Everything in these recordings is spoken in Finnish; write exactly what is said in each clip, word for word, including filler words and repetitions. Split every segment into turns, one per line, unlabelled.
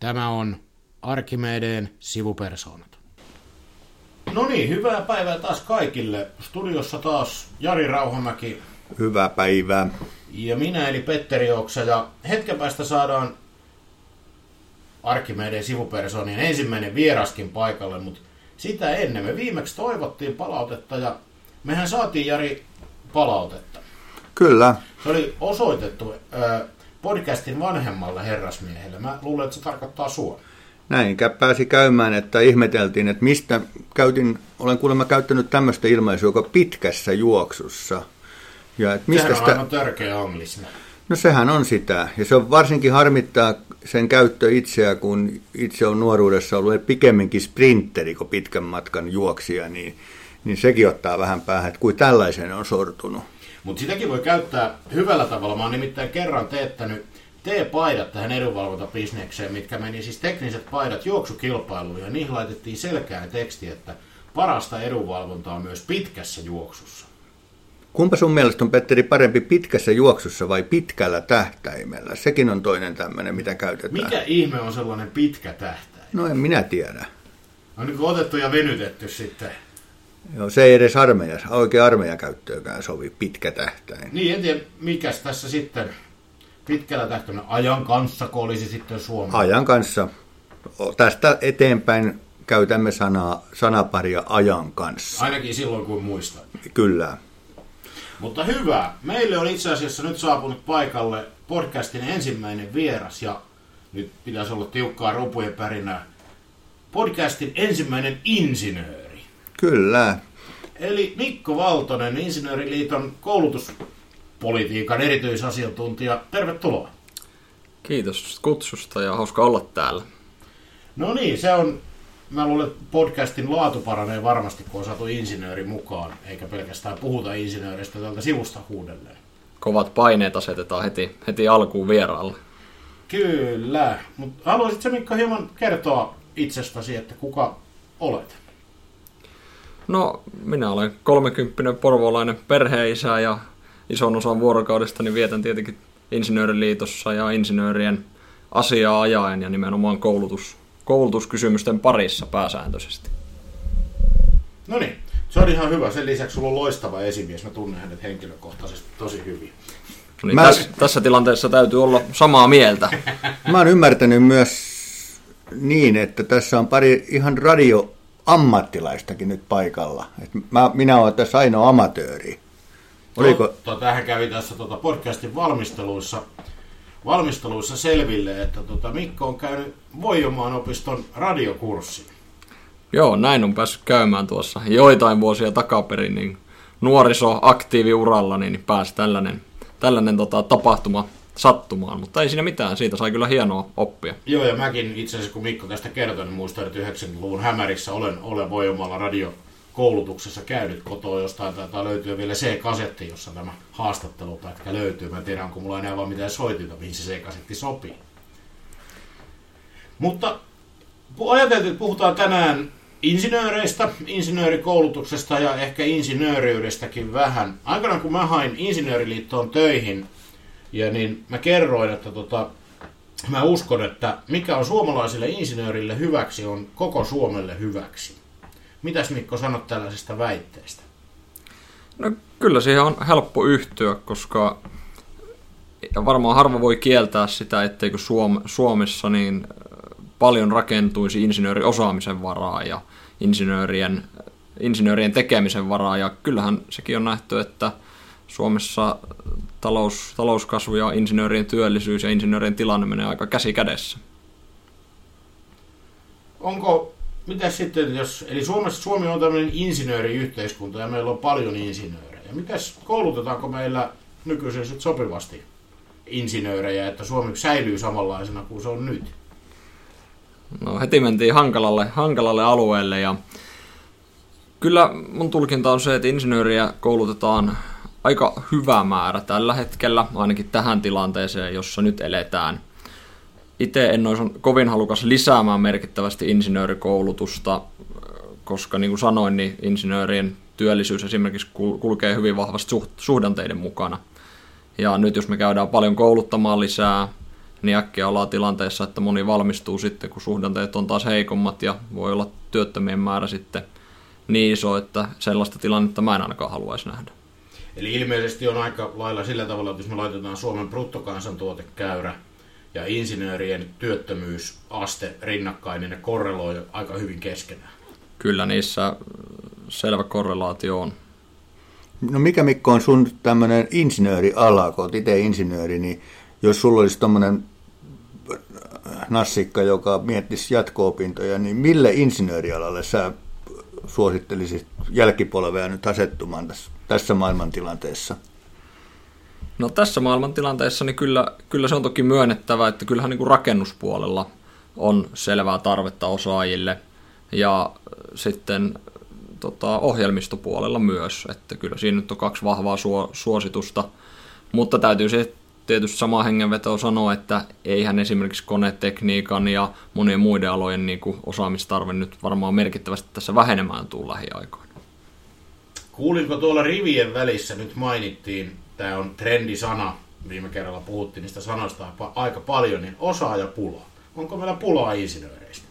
Tämä on Arkimedeen sivupersoonat. No niin, hyvää päivää taas kaikille. Studiossa taas Jari Rauhamäki.
Hyvää päivää.
Ja minä eli Petteri Oksa. Ja hetken päästä saadaan Arkimedeen sivupersoonien ensimmäinen vieraskin paikalle, mutta sitä ennen me viimeksi toivottiin palautetta ja mehän saatiin, Jari, palautetta.
Kyllä.
Se oli osoitettu äh, podcastin vanhemmalle herrasmiehelle. Mä luulen, että se tarkoittaa sua.
Näin pääsi käymään, että ihmeteltiin, että mistä käytin, olen kuulemma käyttänyt tämmöistä ilmaisua, joka pitkässä juoksussa. Ja että mistä
sehän on
sitä...
aivan törkeä anglismi.
No sehän on sitä. Ja se on varsinkin harmittaa sen käyttö itseä, kun itse on nuoruudessa ollut pikemminkin sprinteri kuin pitkän matkan juoksija, niin, niin sekin ottaa vähän päähän, että kuin tällaisen on sortunut.
Mutta sitäkin voi käyttää hyvällä tavalla. Mä oon nimittäin kerran teettänyt T-paidat tähän edunvalvontabisnekseen, mitkä meni siis tekniset paidat juoksukilpailuun, ja niihin laitettiin selkeä teksti, että parasta edunvalvontaa myös pitkässä juoksussa.
Kumpa sun mielestä on, Petteri, parempi pitkässä juoksussa vai pitkällä tähtäimellä? Sekin on toinen tämmöinen, mitä käytetään.
Mikä ihme on sellainen pitkä tähtäin?
No en minä tiedä.
On niin kuin otettu ja venytetty sitten.
Joo, se ei edes armeija, oikein armeijakäyttöönkään sovi, pitkä tähtäin.
Niin, en tiedä, mikäs tässä sitten pitkällä tähtäimellä ajan kanssa, kun olisi sitten Suomi.
Ajan kanssa. Tästä eteenpäin käytämme sanaa, sanaparia ajan kanssa.
Ainakin silloin, kun muistan.
Kyllä.
Mutta hyvä. Meille on itse asiassa nyt saapunut paikalle podcastin ensimmäinen vieras, ja nyt pitäisi olla tiukkaa rupujen pärinää. Podcastin ensimmäinen insinööri.
Kyllä.
Eli Mikko Valtonen, Insinööriliiton koulutuspolitiikan erityisasiantuntija. Tervetuloa.
Kiitos kutsusta ja hauska olla täällä.
No niin, se on, mä luulen, että podcastin laatu paranee varmasti, kun on saatu insinööri mukaan, eikä pelkästään puhuta insinööristä tältä sivusta huudelleen.
Kovat paineet asetetaan heti, heti alkuun vieraalle.
Kyllä, mutta haluaisitko, Mikko, hieman kertoa itsestäsi, että kuka olet?
No, minä olen kolmekymppinen porvoolainen perheisä ja ison osan vuorokaudestani vietän tietenkin Insinööriliitossa ja insinöörien asiaa ajaen ja nimenomaan koulutus, koulutuskysymysten parissa pääsääntöisesti.
No niin, se on ihan hyvä. Sen lisäksi sulla on loistava esimies. Mä tunnen hänet henkilökohtaisesti tosi hyvin.
No niin, Mä... tässä, tässä tilanteessa täytyy olla samaa mieltä.
Mä oon ymmärtänyt myös niin, että tässä on pari ihan radioammattilaistakin nyt paikalla. Et mä, minä olen tässä ainoa amatööri. Oliko?
Totta, tähän kävi tässä tuota podcastin valmisteluissa, valmisteluissa selville, että tuota Mikko on käynyt Voijomaan opiston radiokurssin.
Joo, näin on päässyt käymään tuossa joitain vuosia takaperin, niin nuorisoaktiiviuralla niin pääsi tällainen, tällainen tota, tapahtuma sattumaan, mutta ei siinä mitään, siitä sai kyllä hienoa oppia.
Joo, ja mäkin itse asiassa, kun Mikko tästä kertoi, niin muistan, että yhdeksänkymmentäluvun hämärissä olen, olen Voijomalla radiokoulutuksessa käynyt kotoa, jostain taitaa löytyä vielä C-kasetti, jossa tämä haastattelupätkä löytyy. Mä en tiedä, onko mulla enää vaan mitään soitinta, mihin se C-kasetti sopii. Mutta ajateltiin, että puhutaan tänään insinööreistä, insinöörikoulutuksesta ja ehkä insinööriydestäkin vähän. Aikanaan kun mä hain Insinööriliittoon töihin, ja niin mä kerroin, että tota, mä uskon, että mikä on suomalaisille insinöörille hyväksi, on koko Suomelle hyväksi. Mitäs, Mikko, sanot tällaisesta väitteestä?
No kyllä siihen on helppo yhtyä, koska varmaan harva voi kieltää sitä, etteikö Suom- Suomessa niin paljon rakentuisi insinööriosaamisen varaa ja insinöörien, insinöörien tekemisen varaa. Ja kyllähän sekin on nähty, että Suomessa talous, talouskasvu ja insinöörien työllisyys ja insinöörien tilanne menee aika käsi kädessä.
Onko, mitä sitten, jos, eli Suomessa, Suomi on tämmöinen insinööriyhteiskunta ja meillä on paljon insinöörejä. Mitäs, koulutetaanko meillä nykyisin sit sopivasti insinöörejä, että Suomi säilyy samanlaisena kuin se on nyt?
No heti mentiin hankalalle, hankalalle alueelle ja kyllä mun tulkinta on se, että insinööriä koulutetaan aika hyvä määrä tällä hetkellä, ainakin tähän tilanteeseen, jossa nyt eletään. Itse en olisi kovin halukas lisäämään merkittävästi insinöörikoulutusta, koska niin kuin sanoin, niin insinöörien työllisyys esimerkiksi kulkee hyvin vahvasti suhdanteiden mukana. Ja nyt jos me käydään paljon kouluttamaan lisää, niin äkkiä ollaan tilanteessa, että moni valmistuu sitten, kun suhdanteet on taas heikommat ja voi olla työttömien määrä sitten niin iso, että sellaista tilannetta mä en ainakaan haluaisi nähdä.
Eli ilmeisesti on aika lailla sillä tavalla, että jos me laitetaan Suomen bruttokansantuotekäyrä ja insinöörien työttömyysaste rinnakkain, niin ne korreloi aika hyvin keskenään.
Kyllä niissä selvä korrelaatio on.
No mikä Mikko on sun tämmöinen insinööriala, kun olet itse insinööri, niin jos sulla olisi tommoinen nassikka, joka miettisi jatko-opintoja, niin mille insinöörialalle sä suosittelisit jälkipolvea nyt asettumaan tässä, tässä maailmantilanteessa?
No tässä maailmantilanteessa niin kyllä, kyllä se on toki myönnettävä, että kyllähän niin kuin rakennuspuolella on selvää tarvetta osaajille ja sitten tota, ohjelmistopuolella myös, että kyllä siinä nyt on kaksi vahvaa suositusta, mutta täytyy se tietysti samaa hengenvetoa sanoa, että eihän esimerkiksi konetekniikan ja monien muiden alojen niin kuin osaamistarve nyt varmaan merkittävästi tässä vähenemään tule lähiaikoina.
Kuulinko tuolla rivien välissä, nyt mainittiin, tämä on trendisana, viime kerralla puhuttiin niistä sanoista aika paljon, niin osaajapula. Onko meillä pulaa insinööreistä?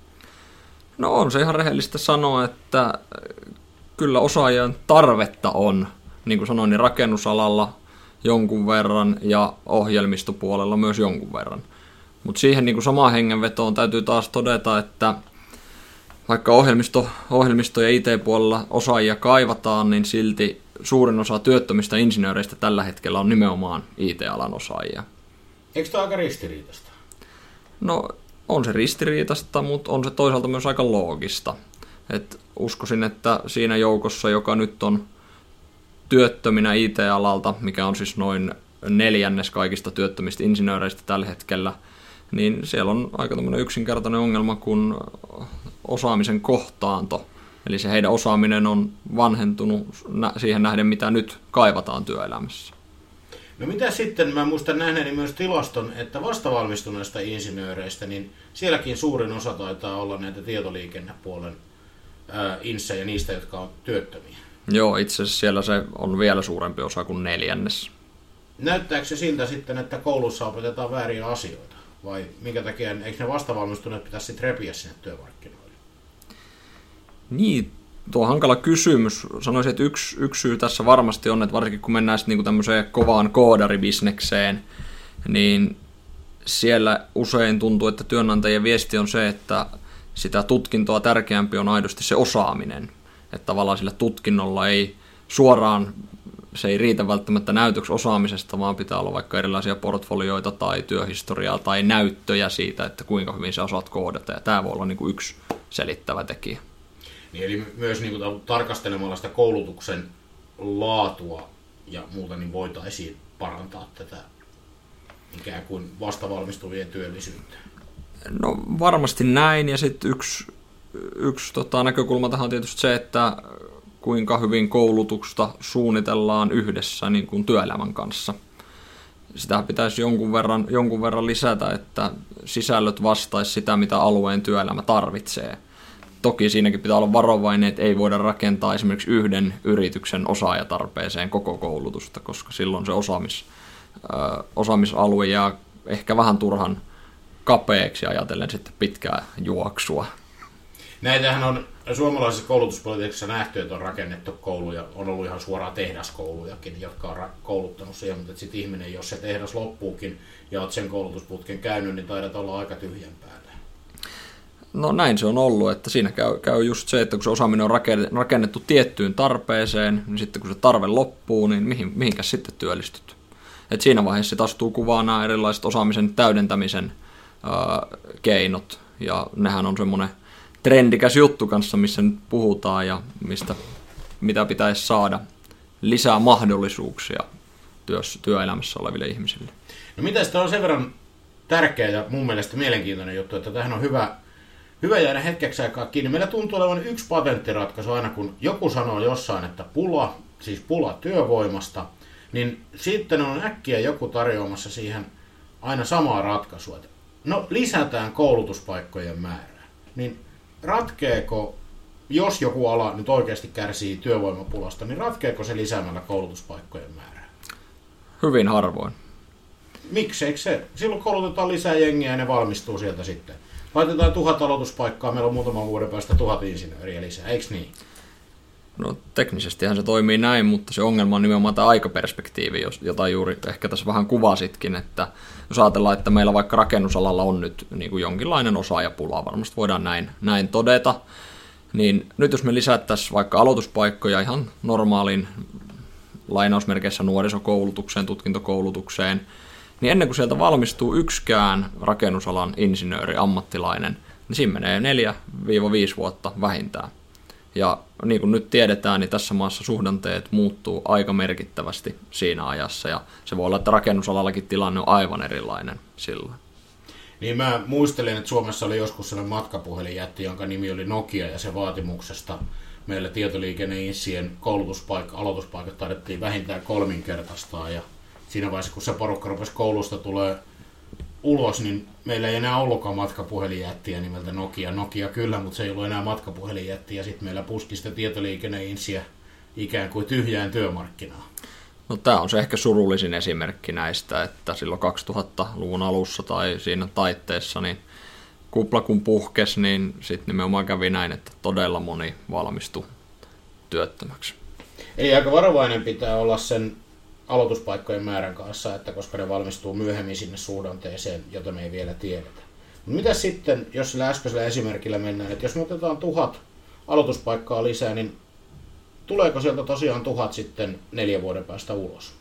No on se ihan rehellistä sanoa, että kyllä osaajien tarvetta on, niin kuin sanoin, niin rakennusalalla jonkun verran ja ohjelmistopuolella myös jonkun verran. Mutta siihen niin kuin samaan hengenvetoon täytyy taas todeta, että vaikka ohjelmisto, ohjelmisto- ja I T-puolella osaajia kaivataan, niin silti suurin osa työttömistä insinööreistä tällä hetkellä on nimenomaan I T-alan osaajia.
Eikö tämä aika ristiriitaista?
No on se ristiriitaista, mutta on se toisaalta myös aika loogista. Et uskoisin, että siinä joukossa, joka nyt on työttöminä I T-alalta, mikä on siis noin neljännes kaikista työttömistä insinööreistä tällä hetkellä, niin siellä on aika tämmöinen yksinkertainen ongelma kuin osaamisen kohtaanto. Eli se heidän osaaminen on vanhentunut siihen nähden, mitä nyt kaivataan työelämässä.
No mitä sitten, mä muistan nähneeni myös tilaston, että vastavalmistuneista insinööreistä, niin sielläkin suurin osa taitaa olla näitä tietoliikennepuolen ää, insejä, niistä, jotka on työttömiä.
Joo, itse asiassa siellä se on vielä suurempi osa kuin neljännes.
Näyttääkö se siltä sitten, että koulussa opetetaan vääriä asioita? Vai minkä takia, eikö ne vastavalmistuneet pitäisi sitten repiä sinne työmarkkinoille?
Niin, tuo on hankala kysymys. Sanoisin, että yksi, yksi syy tässä varmasti on, että varsinkin kun mennään sitten niinku tämmöiseen kovaan koodaribisnekseen, niin siellä usein tuntuu, että työnantajien viesti on se, että sitä tutkintoa tärkeämpi on aidosti se osaaminen. Että tavallaan sillä tutkinnolla ei suoraan, se ei riitä välttämättä näytöksi osaamisesta, vaan pitää olla vaikka erilaisia portfolioita tai työhistoriaa tai näyttöjä siitä, että kuinka hyvin sä osaat koodata. Ja tämä voi olla niin kuin yksi selittävä tekijä.
Niin, eli myös niin kuin tarkastelemalla sitä koulutuksen laatua ja muuta, niin voitaisiin parantaa tätä ikään kuin vastavalmistuvien työllisyyttä.
No varmasti näin, ja sitten yksi, yksi tota, näkökulma tähän on tietysti se, että kuinka hyvin koulutusta suunnitellaan yhdessä niin kuin työelämän kanssa. Sitä pitäisi jonkun verran, jonkun verran lisätä, että sisällöt vastaisi sitä, mitä alueen työelämä tarvitsee. Toki siinäkin pitää olla varovainen, että ei voida rakentaa esimerkiksi yhden yrityksen osaajatarpeeseen koko koulutusta, koska silloin se osaamis, ö, osaamisalue jää ehkä vähän turhan kapeaksi ajatellen sitten pitkää juoksua.
Näitähän on suomalaisessa koulutuspolitiikassa nähty, että on rakennettu kouluja, on ollut ihan suoraan tehdaskoulujakin, jotka on kouluttanut siihen, mutta sitten ihminen, jos se tehdas loppuukin ja olet sen koulutusputken käynyt, niin taidat olla aika tyhjän päällä.
No näin se on ollut, että siinä käy, käy just se, että kun se osaaminen on rakennettu tiettyyn tarpeeseen, niin sitten kun se tarve loppuu, niin mihin, mihinkäs sitten työllistyt. Et siinä vaiheessa astuu kuvaan nämä erilaiset osaamisen täydentämisen ää, keinot, ja nehän on semmoinen trendikäs juttu kanssa, missä nyt puhutaan ja mistä, mitä pitäisi saada lisää mahdollisuuksia työssä, työelämässä oleville ihmisille.
No mitä sitä on sen verran tärkeä ja mun mielestä mielenkiintoinen juttu, että tähän on hyvä, hyvä jäädä hetkeksi aikaa kiinni. Meillä tuntuu olevan yksi patenttiratkaisu aina, kun joku sanoo jossain, että pula, siis pula työvoimasta, niin sitten on äkkiä joku tarjoamassa siihen aina samaa ratkaisua. No lisätään koulutuspaikkojen määrää. Niin ratkeeko, jos joku ala nyt oikeasti kärsii työvoimapulasta, niin ratkeeko se lisäämällä koulutuspaikkojen määrää?
Hyvin harvoin.
Mikseikö se? Silloin koulutetaan lisää jengiä ja ne valmistuu sieltä sitten. Laitetaan tuhat aloituspaikkaa, meillä on muutaman vuoden päästä tuhat insinööriä lisää, eikö niin?
No teknisestihän se toimii näin, mutta se ongelma on nimenomaan tämä aikaperspektiivi, jota juuri ehkä tässä vähän kuvasitkin, että jos ajatellaan, että meillä vaikka rakennusalalla on nyt niin kuin jonkinlainen osaajapula, varmasti voidaan näin, näin todeta, niin nyt jos me lisättäisiin vaikka aloituspaikkoja ihan normaalin lainausmerkeissä nuorisokoulutukseen, tutkintokoulutukseen, niin ennen kuin sieltä valmistuu yksikään rakennusalan insinööri, ammattilainen, niin siinä menee neljä viisi vuotta vähintään. Ja niin kuin nyt tiedetään, niin tässä maassa suhdanteet muuttuu aika merkittävästi siinä ajassa, ja se voi olla, että rakennusalallakin tilanne on aivan erilainen silloin.
Niin mä muistelin, että Suomessa oli joskus sellainen matkapuhelinjätti, jonka nimi oli Nokia, ja se vaatimuksesta meillä tietoliikenneinssien koulutuspaikka, aloituspaikat taidettiin vähintään kolminkertaistaa, ja siinä vaiheessa, kun se porukka rupesi koulusta tulee ulos, niin meillä ei enää ollutkaan matkapuhelinjättiä nimeltä Nokia. Nokia kyllä, mutta se ei ollut enää matkapuhelinjättiä, ja sitten meillä puski sitä tietoliikenneinssiä ikään kuin tyhjään työmarkkinaan.
No tämä on se ehkä surullisin esimerkki näistä, että silloin kaksituhattaluvun alussa tai siinä taitteessa, niin kupla kun puhkesi, niin sitten nimenomaan kävi näin, että todella moni valmistui työttömäksi. Eli
aika varovainen pitää olla sen aloituspaikkojen määrän kanssa, että koska ne valmistuu myöhemmin sinne suhdanteeseen, jota me ei vielä tiedetä. Mitä sitten, jos sillä äskeisellä esimerkillä mennään, että jos me otetaan tuhat aloituspaikkaa lisää, niin tuleeko sieltä tosiaan tuhat sitten neljän vuoden päästä ulos?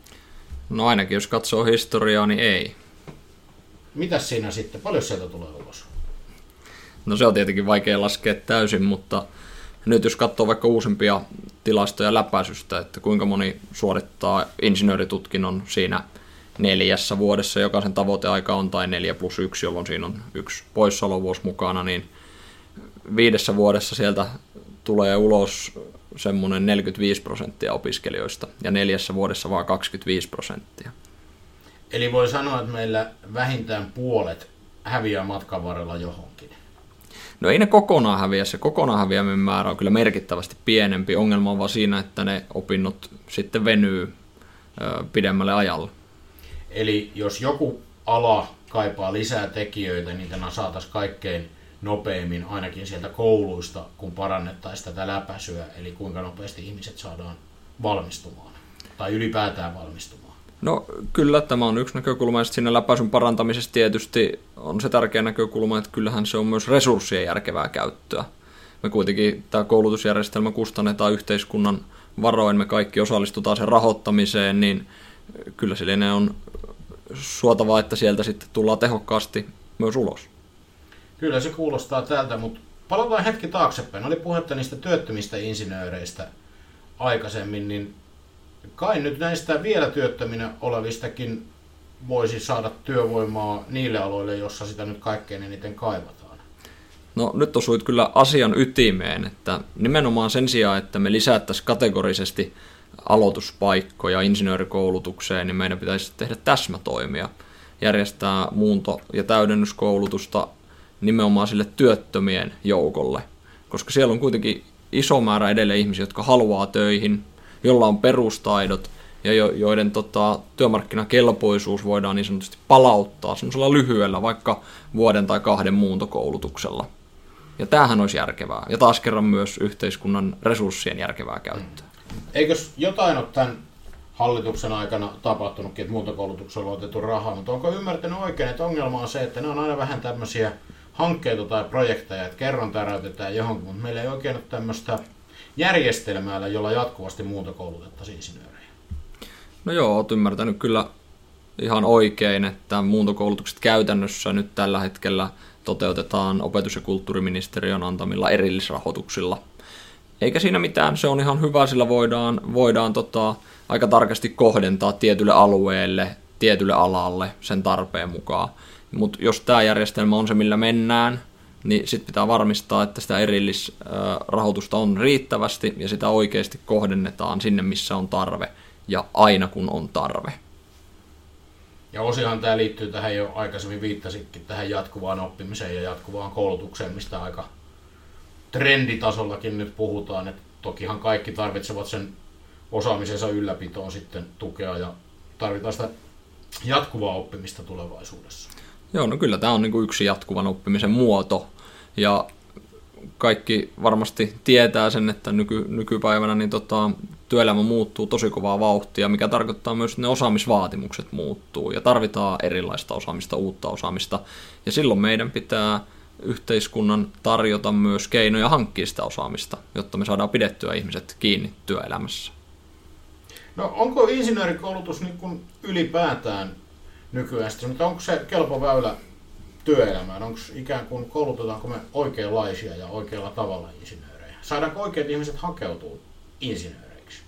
No ainakin jos katsoo historiaa, niin ei.
Mitäs siinä sitten? Paljon sieltä tulee ulos?
No se on tietenkin vaikea laskea täysin, mutta nyt jos katsoo vaikka uusimpia tilastoja läpäisystä, että kuinka moni suorittaa insinööritutkinnon siinä neljässä vuodessa, jokaisen tavoiteaika on tai neljä plus yksi, jolloin siinä on yksi poissaolovuosi mukana, niin viidessä vuodessa sieltä tulee ulos semmoinen neljäkymmentäviisi prosenttia opiskelijoista ja neljässä vuodessa vaan kaksikymmentäviisi prosenttia.
Eli voi sanoa, että meillä vähintään puolet häviää matkan varrella johonkin.
No ei ne kokonaan häviä, se kokonaan häviäminen määrä on kyllä merkittävästi pienempi. Ongelma on vaan siinä, että ne opinnot sitten venyy ö, pidemmälle ajalle.
Eli jos joku ala kaipaa lisää tekijöitä, niin tämä saataisiin kaikkein nopeimmin ainakin sieltä kouluista, kun parannettaisiin tätä läpäisyä, eli kuinka nopeasti ihmiset saadaan valmistumaan tai ylipäätään valmistumaan.
No kyllä tämä on yksi näkökulma, ja siinä läpäisyn parantamisessa tietysti on se tärkeä näkökulma, että kyllähän se on myös resurssien järkevää käyttöä. Me kuitenkin tämä koulutusjärjestelmä kustannetaan yhteiskunnan varoin, me kaikki osallistutaan sen rahoittamiseen, niin kyllä sille on suotavaa, että sieltä sitten tullaan tehokkaasti myös ulos.
Kyllä se kuulostaa tältä, mutta palataan hetki taaksepäin. Oli puhetta niistä työttömistä insinööreistä aikaisemmin, niin kai nyt näistä vielä työttöminä olevistakin voisi saada työvoimaa niille aloille, jossa sitä nyt kaikkein eniten kaivataan.
No nyt osuit kyllä asian ytimeen, että nimenomaan sen sijaan, että me lisättäisiin kategorisesti aloituspaikkoja insinöörikoulutukseen, niin meidän pitäisi tehdä täsmätoimia, järjestää muunto- ja täydennyskoulutusta nimenomaan sille työttömien joukolle, koska siellä on kuitenkin iso määrä edelleen ihmisiä, jotka haluaa töihin, jolla on perustaidot ja jo, joiden tota, työmarkkinakelpoisuus voidaan niin sanotusti palauttaa semmoisella lyhyellä, vaikka vuoden tai kahden muuntokoulutuksella. Ja tämähän olisi järkevää. Ja taas kerran myös yhteiskunnan resurssien järkevää käyttöä.
Eikös jotain ole tämän hallituksen aikana tapahtunutkin, että muuntokoulutuksella on otettu rahaa, mutta onko ymmärtänyt oikein, että ongelma on se, että ne on aina vähän tämmöisiä hankkeita tai projekteja, että kerran täräytetään johonkin, mutta meillä ei oikein ole tämmöistä järjestelmää, jolla jatkuvasti muuntokoulutettaisiin insinöörejä.
No joo, olet ymmärtänyt kyllä ihan oikein, että muuntokoulutukset käytännössä nyt tällä hetkellä toteutetaan opetus- ja kulttuuriministeriön antamilla erillisrahoituksilla. Eikä siinä mitään, se on ihan hyvä, sillä voidaan, voidaan tota, aika tarkasti kohdentaa tietylle alueelle, tietylle alalle sen tarpeen mukaan. Mutta jos tämä järjestelmä on se, millä mennään, niin sitten pitää varmistaa, että sitä erillisrahoitusta on riittävästi ja sitä oikeasti kohdennetaan sinne, missä on tarve ja aina kun on tarve.
Ja osiaan tämä liittyy tähän jo aikaisemmin viittasitkin, tähän jatkuvaan oppimiseen ja jatkuvaan koulutukseen, mistä aika trenditasollakin nyt puhutaan, että tokihan kaikki tarvitsevat sen osaamisensa ylläpitoon sitten tukea ja tarvitaan sitä jatkuvaa oppimista tulevaisuudessa?
Joo, no kyllä tämä on niin kuin yksi jatkuvan oppimisen muoto, ja kaikki varmasti tietää sen, että nyky, nykypäivänä niin tota, työelämä muuttuu tosi kovaa vauhtia, mikä tarkoittaa myös, että ne osaamisvaatimukset muuttuu, ja tarvitaan erilaista osaamista, uutta osaamista, ja silloin meidän pitää yhteiskunnan tarjota myös keinoja hankkia sitä osaamista, jotta me saadaan pidettyä ihmiset kiinni työelämässä.
No onko insinöörikoulutus niin kuin ylipäätään nykyään, mutta onko se kelpo väylä työelämään? Onko ikään kuin, koulutetaanko me oikeanlaisia ja oikealla tavalla insinöörejä? Saadaanko oikeat ihmiset hakeutua insinööreiksi?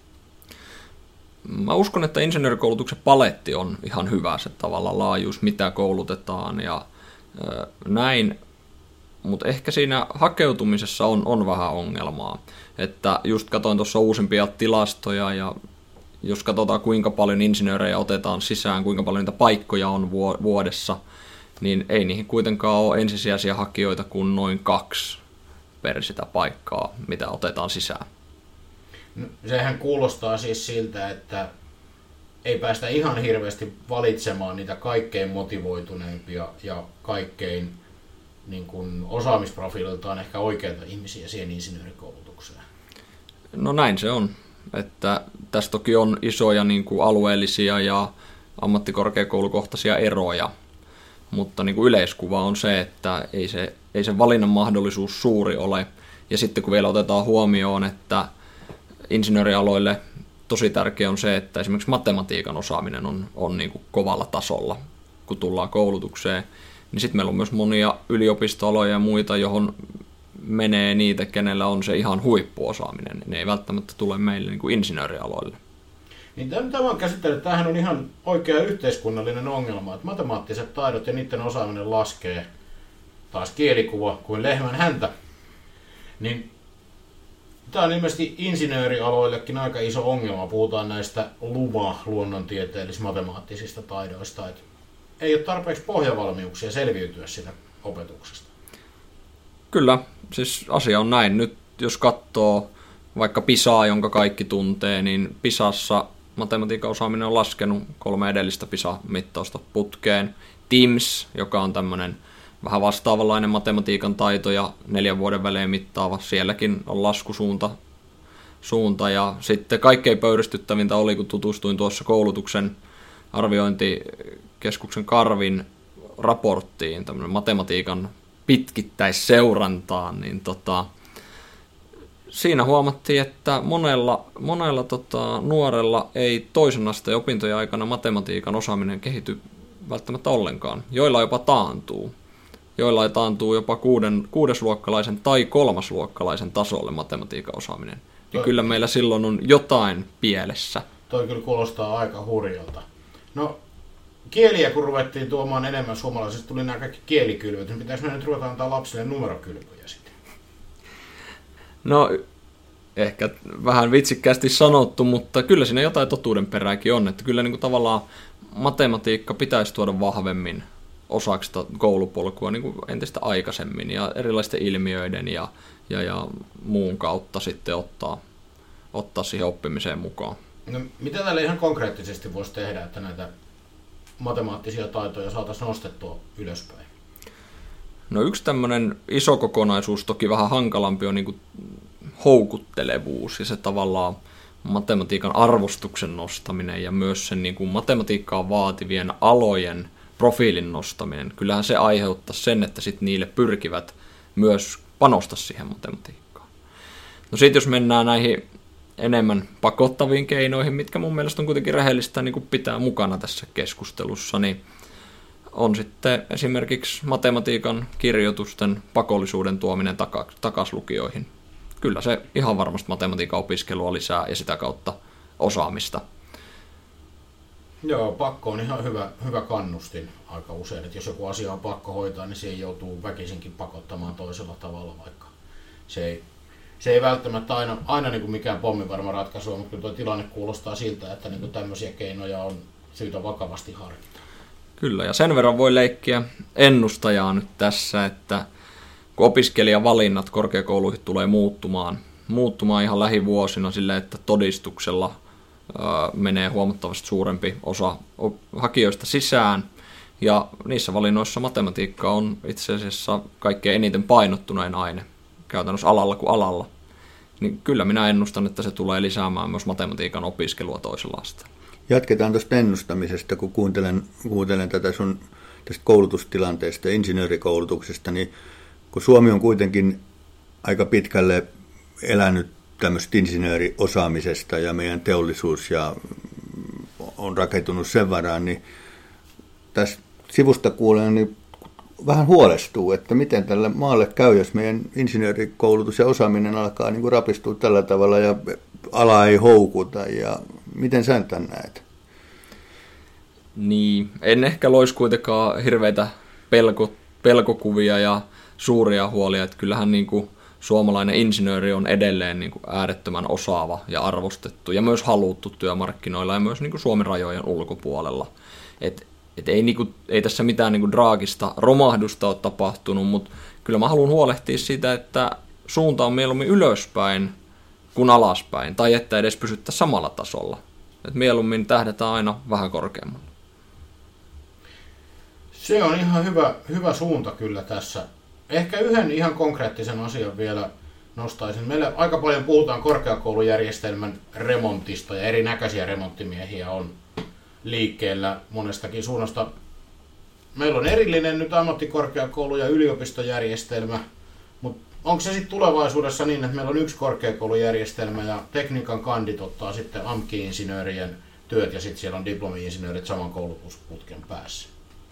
Mä uskon, että insinöörikoulutuksen paletti on ihan hyvä, se tavallaan laajuus, mitä koulutetaan ja ö, näin. Mutta ehkä siinä hakeutumisessa on, on vähän ongelmaa. Että just katsoin tuossa uusimpia tilastoja ja jos katsotaan kuinka paljon insinöörejä otetaan sisään, kuinka paljon niitä paikkoja on vuodessa, niin ei niihin kuitenkaan ole ensisijaisia hakijoita kuin noin kaksi per sitä paikkaa, mitä otetaan sisään.
No, sehän kuulostaa siis siltä, että ei päästä ihan hirveästi valitsemaan niitä kaikkein motivoituneimpia ja kaikkein niin kuin osaamisprofiililtaan ehkä oikeita ihmisiä siihen insinöörikoulutukseen.
No näin se on. Että tässä toki on isoja niin kuin alueellisia ja ammattikorkeakoulukohtaisia eroja, mutta niin kuin yleiskuva on se, että ei se, ei se valinnan mahdollisuus suuri ole. Ja sitten kun vielä otetaan huomioon, että insinöörialoille tosi tärkeä on se, että esimerkiksi matematiikan osaaminen on, on niin kuin kovalla tasolla, kun tullaan koulutukseen, niin sitten meillä on myös monia yliopistoaloja ja muita, johon menee niitä, kenellä on se ihan huippuosaaminen. Ne ei välttämättä tule meille niin kuin insinöörialoille.
Niin tämä on käsittänyt, tämähän on ihan oikea yhteiskunnallinen ongelma, että matemaattiset taidot ja niiden osaaminen laskee, taas kielikuva kuin lehmän häntä. Niin tämä on ilmeisesti insinöörialoillekin aika iso ongelma. Puhutaan näistä luva luonnontieteellis-matemaattisista taidoista, että ei ole tarpeeksi pohjavalmiuksia selviytyä siitä opetuksesta.
Kyllä, siis asia on näin. Nyt jos katsoo vaikka PISAa, jonka kaikki tuntee, niin PISassa matematiikan osaaminen on laskenut kolme edellistä PISA-mittausta putkeen. TIMSS, joka on tämmöinen vähän vastaavanlainen matematiikan taito ja neljän vuoden välein mittaava, sielläkin on laskusuunta. Suunta. Ja sitten kaikkein pöyristyttävintä oli, kun tutustuin tuossa koulutuksen arviointikeskuksen Karvin raporttiin, tämmöinen matematiikan pitkittäisseurantaan, niin tota, siinä huomattiin, että monella, monella tota, nuorella ei toisen asteen opintojen aikana matematiikan osaaminen kehity välttämättä ollenkaan. Joilla jopa taantuu. Joilla taantuu jopa kuuden, kuudesluokkalaisen tai kolmasluokkalaisen tasolle matematiikan osaaminen. Ja kyllä meillä silloin on jotain pielessä.
Toi kyllä kuulostaa aika hurjalta. No, kieliä kun ruvettiin tuomaan enemmän suomalaisista, tuli nämä kaikki kielikylvyt, niin pitäisi me nyt ruveta antaa lapsille numerokylpyjä sitten?
No, ehkä vähän vitsikkäästi sanottu, mutta kyllä siinä jotain totuuden perääkin on, että kyllä niin kuin tavallaan matematiikka pitäisi tuoda vahvemmin osaksi koulupolkua niin kuin entistä aikaisemmin ja erilaisten ilmiöiden ja, ja, ja muun kautta sitten ottaa, ottaa siihen oppimiseen mukaan.
No, mitä tälle ihan konkreettisesti voisi tehdä, että näitä matemaattisia taitoja saataisiin nostettua ylöspäin?
No yksi tämmöinen iso kokonaisuus, toki vähän hankalampi, on niin kuin houkuttelevuus ja se tavallaan matematiikan arvostuksen nostaminen ja myös sen niin kuin matematiikkaa vaativien alojen profiilin nostaminen. Kyllähän se aiheuttaa sen, että sit niille pyrkivät myös panostaa siihen matematiikkaan. No sitten jos mennään näihin enemmän pakottaviin keinoihin, mitkä mun mielestä on kuitenkin rehellistä niin kuin pitää mukana tässä keskustelussa, niin on sitten esimerkiksi matematiikan kirjoitusten pakollisuuden tuominen takaisin lukioihin. Kyllä se ihan varmasti matematiikan opiskelua lisää ja sitä kautta osaamista.
Joo, pakko on ihan hyvä, hyvä kannustin aika usein, että jos joku asia on pakko hoitaa, niin siihen joutuu väkisinkin pakottamaan toisella tavalla, vaikka se ei, se ei välttämättä aina, aina niin kuin mikään pommivarma ratkaisu, mutta kyllä tuo tilanne kuulostaa siltä, että niin kuin tämmöisiä keinoja on syytä vakavasti harkita.
Kyllä, ja sen verran voi leikkiä ennustajaa nyt tässä, että kun opiskelijavalinnat korkeakouluihin tulee muuttumaan, muuttumaan ihan lähivuosina sille, että todistuksella menee huomattavasti suurempi osa hakijoista sisään, ja niissä valinnoissa matematiikka on itse asiassa kaikkein eniten painottunein aine, käytännössä alalla kuin alalla. Niin kyllä minä ennustan, että se tulee lisäämään myös matematiikan opiskelua toisella asteella.
Jatketaan tuosta ennustamisesta, kun kuuntelen, kuuntelen tätä sun tästä koulutustilanteesta ja insinöörikoulutuksesta, niin kun Suomi on kuitenkin aika pitkälle elänyt tämmöistä insinööriosaamisesta ja meidän teollisuus ja on rakentunut sen varaan, niin tässä sivusta kuulen, niin vähän huolestuu, että miten tälle maalle käy, jos meidän insinöörikoulutus ja osaaminen alkaa niin kuin rapistua tällä tavalla ja ala ei houkuta, ja miten sä tämän näet?
Niin, en ehkä loisi kuitenkaan hirveitä pelko, pelkokuvia ja suuria huolia, että kyllähän niin kuin suomalainen insinööri on edelleen niin kuin äärettömän osaava ja arvostettu ja myös haluttu työmarkkinoilla ja myös niin kuin Suomen rajojen ulkopuolella. Et, et ei, niin kuin, ei tässä mitään niin kuin draagista romahdusta ole tapahtunut, mutta kyllä mä haluan huolehtia siitä, että suunta on mieluummin ylöspäin kuin alaspäin, tai että edes pysyttäisiin samalla tasolla. Et mieluummin tähdätään aina vähän korkeammalle.
Se on ihan hyvä, hyvä suunta kyllä tässä. Ehkä yhden ihan konkreettisen asian vielä nostaisin. Meillä aika paljon puhutaan korkeakoulujärjestelmän remontista ja erinäköisiä remonttimiehiä on liikkeellä monestakin suunnasta. Meillä on erillinen nyt ammattikorkeakoulu- ja yliopistojärjestelmä, mutta onko se sitten tulevaisuudessa niin, että meillä on yksi korkeakoulujärjestelmä ja tekniikan kandit ottaa sitten A M K-insinöörien työt ja sitten siellä on diplomi-insinöörit saman koulutusputken päässä?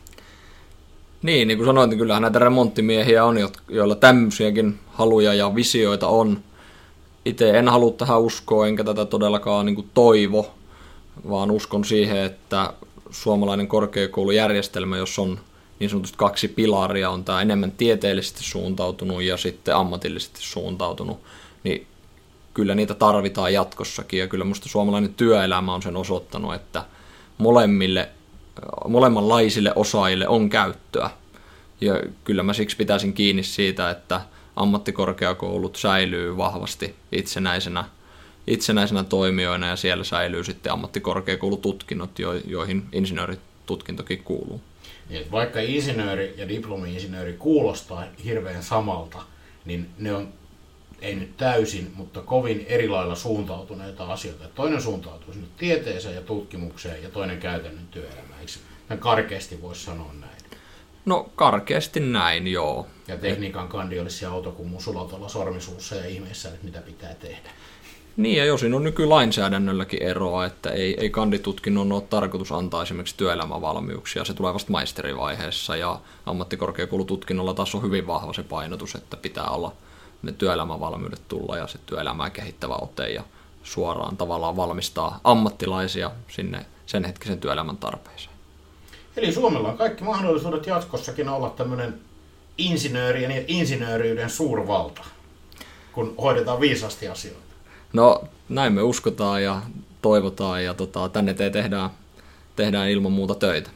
Niin, niin kuin sanoin, niin kyllähän näitä remonttimiehiä on, joilla tämmöisiäkin haluja ja visioita on. Itse en halua tähän uskoa, enkä tätä todellakaan niin kuin toivo, vaan uskon siihen, että suomalainen korkeakoulujärjestelmä, jos on niin sanotusti kaksi pilaria, on tämä enemmän tieteellisesti suuntautunut ja sitten ammatillisesti suuntautunut, niin kyllä niitä tarvitaan jatkossakin. Ja kyllä minusta suomalainen työelämä on sen osoittanut, että molemmille molemmanlaisille osaajille on käyttöä. Ja kyllä mä siksi pitäisin kiinni siitä, että ammattikorkeakoulut säilyy vahvasti itsenäisenä, itsenäisenä toimijoina ja siellä säilyy sitten ammattikorkeakoulututkinnot, joihin insinööritutkintokin kuuluu.
Niin, vaikka insinööri ja diplomi-insinööri kuulostaa hirveän samalta, niin ne on ei nyt täysin, mutta kovin eri lailla suuntautuneita asioita. Toinen suuntautuu sinne tieteeseen ja tutkimukseen ja toinen käytännön työelämään. Eikö karkeasti voisi sanoa näin?
No karkeasti näin, joo.
Ja tekniikan kandi olisi se autokummun sulatolla sormisuussa ja ihmeessä, että mitä pitää tehdä.
Niin, ja jos siinä on nykylainsäädännölläkin eroa, että ei, ei kanditutkinnon ole tarkoitus antaa esimerkiksi työelämävalmiuksia, se tulee vasta maisterivaiheessa, ja ammattikorkeakoulututkinnolla taas on hyvin vahva se painotus, että pitää olla ne työelämävalmiudet tulla ja se työelämää kehittävä ote ja suoraan tavallaan valmistaa ammattilaisia sinne sen hetkisen työelämän tarpeeseen.
Eli Suomella on kaikki mahdollisuudet jatkossakin olla tämmöinen insinöörien ja insinööriyden suurvalta, kun hoidetaan viisasti asioita.
No näin me uskotaan ja toivotaan ja tota, tänne te tehdään, tehdään ilman muuta töitä.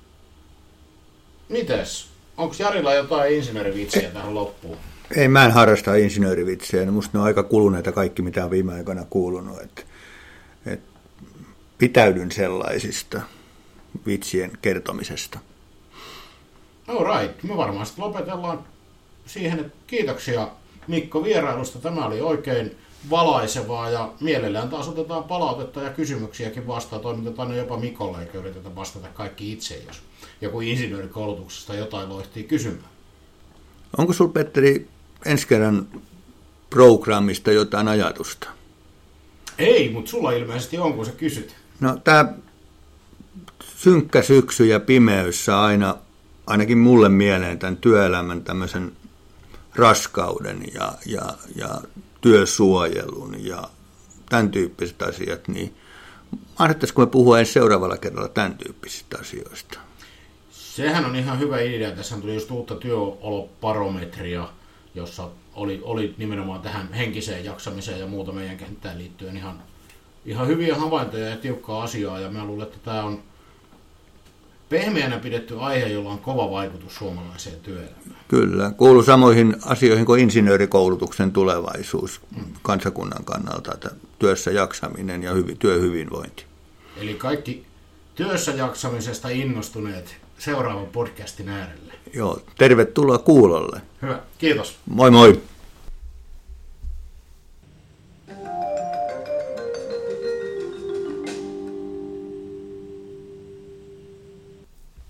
Mites? Onko Jarilla jotain insinöörivitsiä tähän loppuun?
Ei, mä en harrasta insinöörivitsejä. Musta ne on aika kuluneita kaikki, mitä on viime aikoina kuulunut. Et, et pitäydyn sellaisista vitsien kertomisesta.
All right. Me varmaan sitten lopetellaan siihen, että kiitoksia Mikko vierailusta. Tämä oli oikein valaisevaa ja mielellään taas otetaan palautetta ja kysymyksiäkin vastaan. Toimitetaan ne jopa Mikolle, eikä yritetä vastata kaikki itse, jos joku insinöörikoulutuksesta jotain loihtii kysymään.
Onko sinulla, Petteri, ensi kerran programmista jotain ajatusta?
Ei, mutta sulla ilmeisesti on, kun sä kysyt.
No tämä synkkä syksy ja pimeys saa aina, ainakin mulle mieleen tämän työelämän tämmöisen raskauden ja, ja, ja työsuojelun ja tämän tyyppiset asiat, niin mahdottaisiko me puhua ensi seuraavalla kerralla tämän tyyppisistä asioista?
Sehän on ihan hyvä idea. Tässä tuli just uutta työolobarometria, jossa oli, oli nimenomaan tähän henkiseen jaksamiseen ja muuta meidän kenttään liittyen ihan, ihan hyviä havaintoja ja tiukkaa asiaa. Ja mä luulen, että tämä on pehmeänä pidetty aihe, jolla on kova vaikutus suomalaiseen työelämään.
Kyllä, kuuluu samoihin asioihin kuin insinöörikoulutuksen tulevaisuus mm. kansakunnan kannalta, että työssä jaksaminen ja hyvi, työhyvinvointi.
Eli kaikki työssä jaksamisesta innostuneet seuraavan podcastin äärelle.
Joo, tervetuloa kuulolle.
Hyvä, kiitos.
Moi moi.